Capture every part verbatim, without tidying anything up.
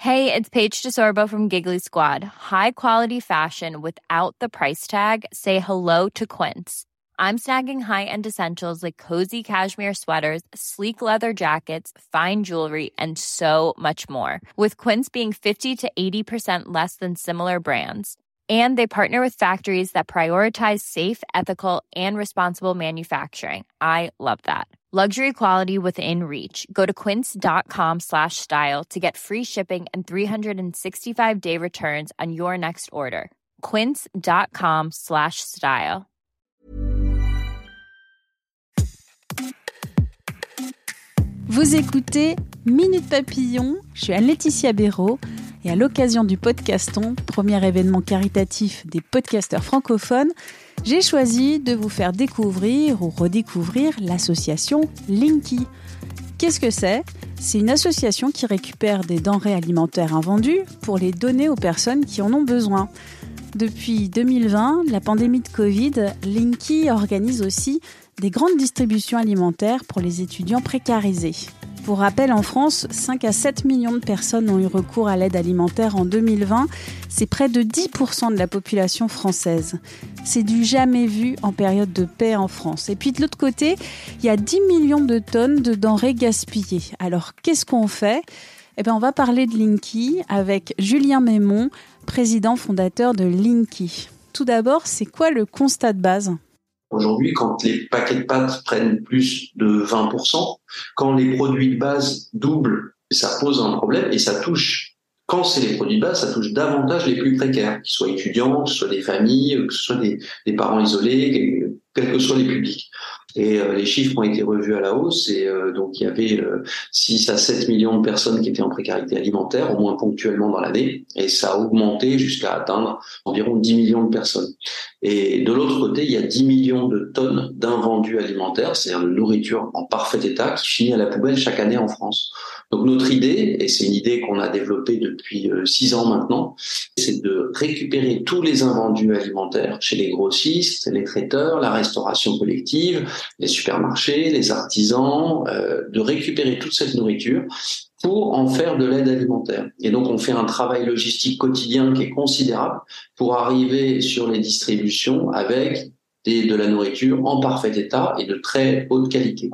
Hey, it's Paige DeSorbo from Giggly Squad. High quality fashion without the price tag. Say hello to Quince. I'm snagging high-end essentials like cozy cashmere sweaters, sleek leather jackets, fine jewelry, and so much more. With Quince being fifty to eighty percent less than similar brands. And they partner with factories that prioritize safe, ethical, and responsible manufacturing. I love that. Luxury quality within reach. Go to quince.com slash style to get free shipping and three sixty-five day returns on your next order. Quince.com slash style. Vous écoutez Minute Papillon, je suis Anne-Laetitia Béraud et à l'occasion du Podcaston, premier événement caritatif des podcasteurs francophones, j'ai choisi de vous faire découvrir ou redécouvrir l'association Linky. Qu'est-ce que c'est ? C'est une association qui récupère des denrées alimentaires invendues pour les donner aux personnes qui en ont besoin. Depuis deux mille vingt, la pandémie de Covid, Linky organise aussi des grandes distributions alimentaires pour les étudiants précarisés. Pour rappel, en France, cinq à sept millions de personnes ont eu recours à l'aide alimentaire en deux mille vingt. C'est près de dix pour cent de la population française. C'est du jamais vu en période de paix en France. Et puis de l'autre côté, il y a dix millions de tonnes de denrées gaspillées. Alors, qu'est-ce qu'on fait ? Eh bien, on va parler de Linky avec Julien Mémon, président fondateur de Linky. Tout d'abord, c'est quoi le constat de base ? Aujourd'hui, quand les paquets de pâtes prennent plus de vingt pour cent, quand les produits de base doublent, ça pose un problème et ça touche, quand c'est les produits de base, ça touche davantage les plus précaires, qu'ils soient étudiants, que ce soit des familles, que ce soit des, des parents isolés, quels que soient les publics. Et euh, les chiffres ont été revus à la hausse et euh, donc il y avait euh, six à sept millions de personnes qui étaient en précarité alimentaire, au moins ponctuellement dans l'année, et ça a augmenté jusqu'à atteindre environ dix millions de personnes. Et de l'autre côté, il y a dix millions de tonnes d'invendus alimentaires, c'est-à-dire de nourriture en parfait état, qui finit à la poubelle chaque année en France. Donc notre idée, et c'est une idée qu'on a développée depuis euh, six ans maintenant, c'est de récupérer tous les invendus alimentaires chez les grossistes, les traiteurs, la restauration collective, les supermarchés, les artisans, euh, de récupérer toute cette nourriture pour en faire de l'aide alimentaire. Et donc on fait un travail logistique quotidien qui est considérable pour arriver sur les distributions avec des, de la nourriture en parfait état et de très haute qualité.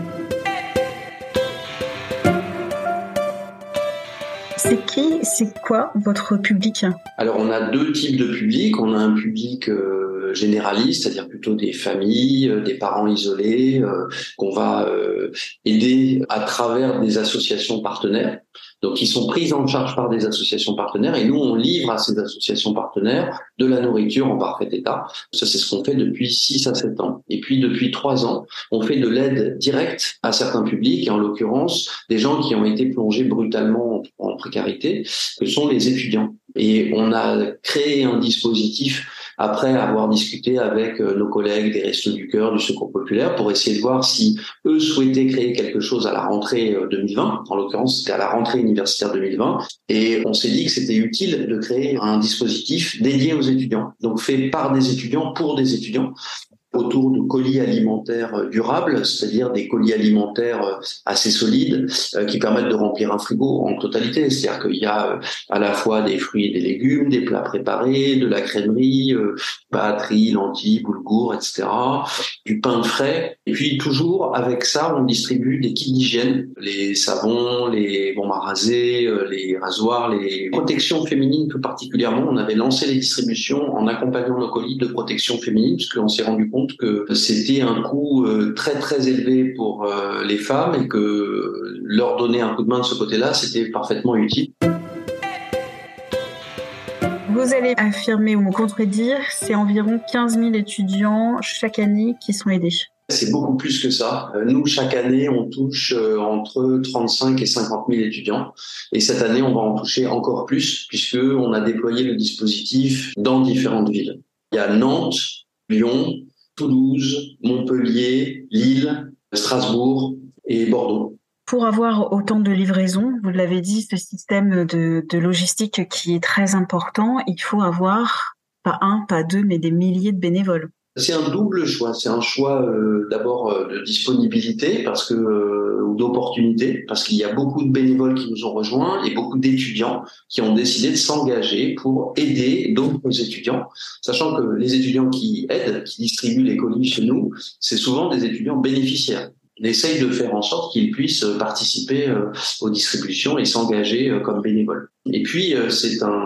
C'est qui, c'est quoi votre public ? Alors on a deux types de publics. On a un public euh, généraliste, c'est-à-dire plutôt des familles, euh, des parents isolés, euh, qu'on va euh, aider à travers des associations partenaires. Donc, ils sont pris en charge par des associations partenaires et nous, on livre à ces associations partenaires de la nourriture en parfait état. Ça, c'est ce qu'on fait depuis six à sept ans. Et puis, depuis trois ans, on fait de l'aide directe à certains publics, et en l'occurrence, des gens qui ont été plongés brutalement en précarité, que sont les étudiants. Et on a créé un dispositif après avoir discuté avec nos collègues des Restos du Cœur, du Secours Populaire, pour essayer de voir si eux souhaitaient créer quelque chose à la rentrée deux mille vingt. En l'occurrence, c'était à la rentrée universitaire deux mille vingt. Et on s'est dit que c'était utile de créer un dispositif dédié aux étudiants. Donc fait par des étudiants, pour des étudiants, autour de colis alimentaires durables, c'est-à-dire des colis alimentaires assez solides euh, qui permettent de remplir un frigo en totalité. C'est-à-dire qu'il y a euh, à la fois des fruits et des légumes, des plats préparés, de la crèmerie, euh, batteries, lentilles, boulgour, et cetera, du pain frais. Et puis toujours avec ça, on distribue des kits d'hygiène, les savons, les bombes à raser, euh, les rasoirs, les protections féminines tout particulièrement. On avait lancé les distributions en accompagnant nos colis de protection féminine, parce qu'on s'est rendu compte que c'était un coût euh, très très élevé pour euh, les femmes et que leur donner un coup de main de ce côté-là, c'était parfaitement utile. Vous allez affirmer ou me contredire, c'est environ quinze mille étudiants chaque année qui sont aidés. C'est beaucoup plus que ça. Nous, chaque année, on touche entre trente-cinq et cinquante mille étudiants. Et cette année, on va en toucher encore plus puisqu'on a déployé le dispositif dans différentes villes. Il y a Nantes, Lyon, Toulouse, Montpellier, Lille, Strasbourg et Bordeaux. Pour avoir autant de livraisons, vous l'avez dit, ce système de, de logistique qui est très important, il faut avoir pas un, pas deux, mais des milliers de bénévoles. C'est un double choix. C'est un choix euh, d'abord euh, de disponibilité parce que euh, ou d'opportunité parce qu'il y a beaucoup de bénévoles qui nous ont rejoints et beaucoup d'étudiants qui ont décidé de s'engager pour aider d'autres étudiants, sachant que les étudiants qui aident, qui distribuent les colis chez nous, c'est souvent des étudiants bénéficiaires. On essaye de faire en sorte qu'ils puissent participer euh, aux distributions et s'engager euh, comme bénévoles. Et puis euh, c'est un,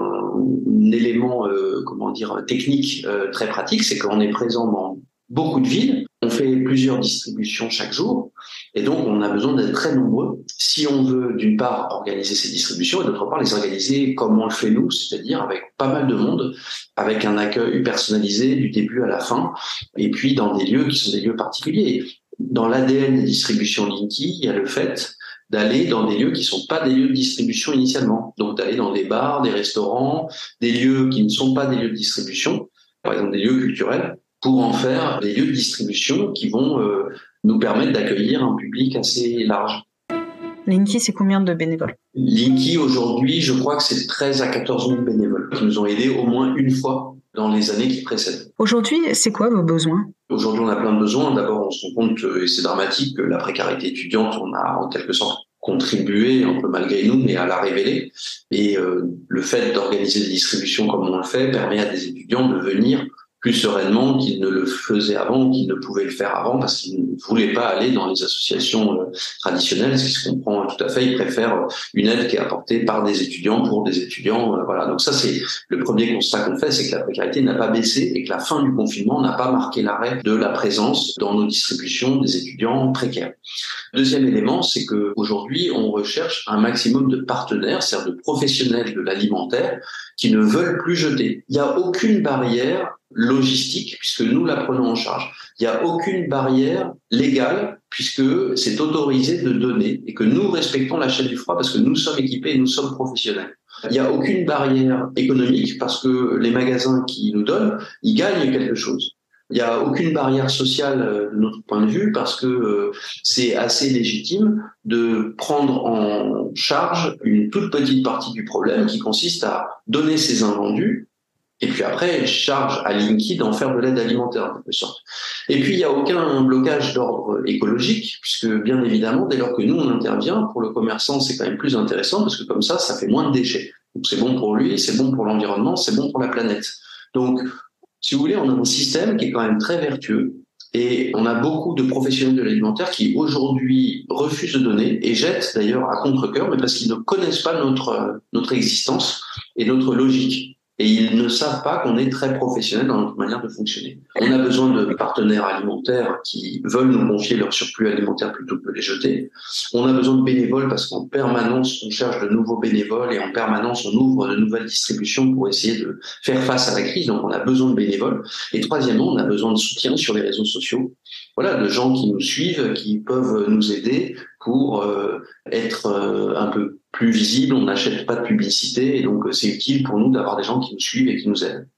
un élément euh, comment dire technique euh, très pratique, c'est qu'on est présent dans beaucoup de villes, on fait plusieurs distributions chaque jour et donc on a besoin d'être très nombreux si on veut d'une part organiser ces distributions et d'autre part les organiser comme on le fait nous, c'est-à-dire avec pas mal de monde, avec un accueil personnalisé du début à la fin et puis dans des lieux qui sont des lieux particuliers. Dans l'A D N des distributions Linky, il y a le fait d'aller dans des lieux qui sont pas des lieux de distribution initialement. Donc d'aller dans des bars, des restaurants, des lieux qui ne sont pas des lieux de distribution, par exemple des lieux culturels, pour en faire des lieux de distribution qui vont euh, nous permettre d'accueillir un public assez large. Linky, c'est combien de bénévoles? Linky, aujourd'hui, je crois que c'est treize à quatorze mille bénévoles qui nous ont aidés au moins une fois dans les années qui précèdent. Aujourd'hui, c'est quoi vos besoins? Aujourd'hui, on a plein de besoins. D'abord, on se rend compte, et c'est dramatique, que la précarité étudiante, on a en quelque sorte contribué, un peu malgré nous, mais à la révéler. Et euh, le fait d'organiser des distributions comme on le fait permet à des étudiants de venir plus sereinement qu'ils ne le faisaient avant ou qu'ils ne pouvaient le faire avant parce qu'ils ne voulaient pas aller dans les associations euh, traditionnelles, ce qui se comprend tout à fait. Ils préfèrent une aide qui est apportée par des étudiants pour des étudiants. Euh, voilà. Donc ça, c'est le premier constat qu'on fait, c'est que la précarité n'a pas baissé et que la fin du confinement n'a pas marqué l'arrêt de la présence dans nos distributions des étudiants précaires. Deuxième élément, c'est que aujourd'hui, on recherche un maximum de partenaires, c'est-à-dire de professionnels de l'alimentaire qui ne veulent plus jeter. Il n'y a aucune barrière logistique puisque nous la prenons en charge. Il n'y a aucune barrière légale puisque c'est autorisé de donner et que nous respectons la chaîne du froid parce que nous sommes équipés et nous sommes professionnels. Il n'y a aucune barrière économique parce que les magasins qui nous donnent, ils gagnent quelque chose. Il n'y a aucune barrière sociale de notre point de vue parce que euh, c'est assez légitime de prendre en charge une toute petite partie du problème qui consiste à donner ses invendus et puis après, charge à Linky d'en faire de l'aide alimentaire, en quelque sorte. Et puis, il n'y a aucun blocage d'ordre écologique, puisque bien évidemment, dès lors que nous, on intervient, pour le commerçant, c'est quand même plus intéressant, parce que comme ça, ça fait moins de déchets. Donc, c'est bon pour lui, c'est bon pour l'environnement, c'est bon pour la planète. Donc, si vous voulez, on a un système qui est quand même très vertueux, et on a beaucoup de professionnels de l'alimentaire qui, aujourd'hui, refusent de donner, et jettent d'ailleurs à contre-cœur, mais parce qu'ils ne connaissent pas notre, notre existence et notre logique. Et ils ne savent pas qu'on est très professionnels dans notre manière de fonctionner. On a besoin de partenaires alimentaires qui veulent nous confier leur surplus alimentaire plutôt que de les jeter. On a besoin de bénévoles parce qu'en permanence, on cherche de nouveaux bénévoles et en permanence, on ouvre de nouvelles distributions pour essayer de faire face à la crise. Donc, on a besoin de bénévoles. Et troisièmement, on a besoin de soutien sur les réseaux sociaux. Voilà, de gens qui nous suivent, qui peuvent nous aider pour euh, être euh, un peu plus visible, on n'achète pas de publicité et donc c'est utile pour nous d'avoir des gens qui nous suivent et qui nous aident.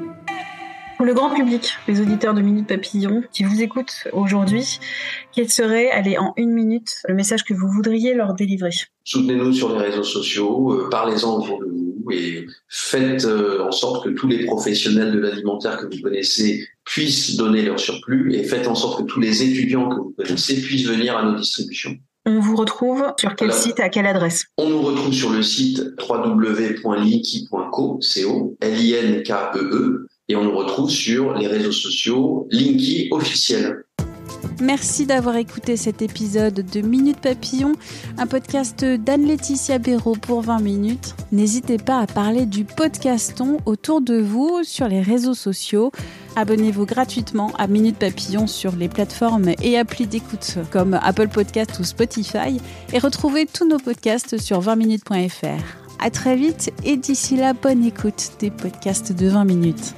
Pour le grand public, les auditeurs de Minute Papillon qui vous écoutent aujourd'hui, quel serait, allez, en une minute, le message que vous voudriez leur délivrer? Soutenez-nous sur les réseaux sociaux, euh, parlez-en autour de vous et faites euh, en sorte que tous les professionnels de l'alimentaire que vous connaissez puissent donner leur surplus et faites en sorte que tous les étudiants que vous connaissez puissent venir à nos distributions. On vous retrouve sur quel voilà. site, à quelle adresse? On nous retrouve sur le site w w w point linky point co, L I N K E E, et on nous retrouve sur les réseaux sociaux Linky officiel. Merci d'avoir écouté cet épisode de Minute Papillon, un podcast d'Anne-Laetitia Béraud pour vingt minutes. N'hésitez pas à parler du podcaston autour de vous sur les réseaux sociaux. Abonnez-vous gratuitement à Minute Papillon sur les plateformes et applis d'écoute comme Apple Podcast ou Spotify et retrouvez tous nos podcasts sur vingt minutes point f r. À très vite et d'ici là, bonne écoute des podcasts de vingt minutes.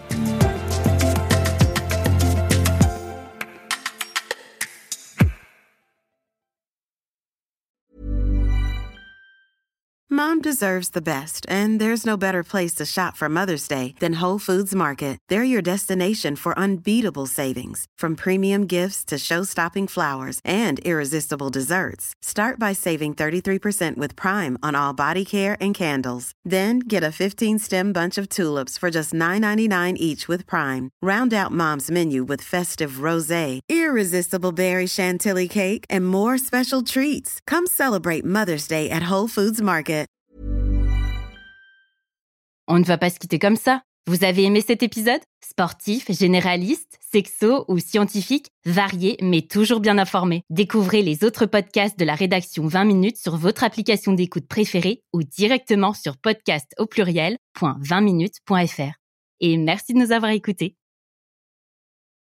Mom Mom deserves the best, and there's no better place to shop for Mother's Day than Whole Foods Market. They're your destination for unbeatable savings, from premium gifts to show-stopping flowers and irresistible desserts. Start by saving thirty-three percent with Prime on all body care and candles. Then get a fifteen-stem bunch of tulips for just nine ninety-nine each with Prime. Round out Mom's menu with festive rosé, irresistible berry chantilly cake, and more special treats. Come celebrate Mother's Day at Whole Foods Market. On ne va pas se quitter comme ça. Vous avez aimé cet épisode ? Sportif, généraliste, sexo ou scientifique, varié mais toujours bien informé. Découvrez les autres podcasts de la rédaction vingt minutes sur votre application d'écoute préférée ou directement sur podcast au pluriel point vingt minutes point f r. Et merci de nous avoir écoutés.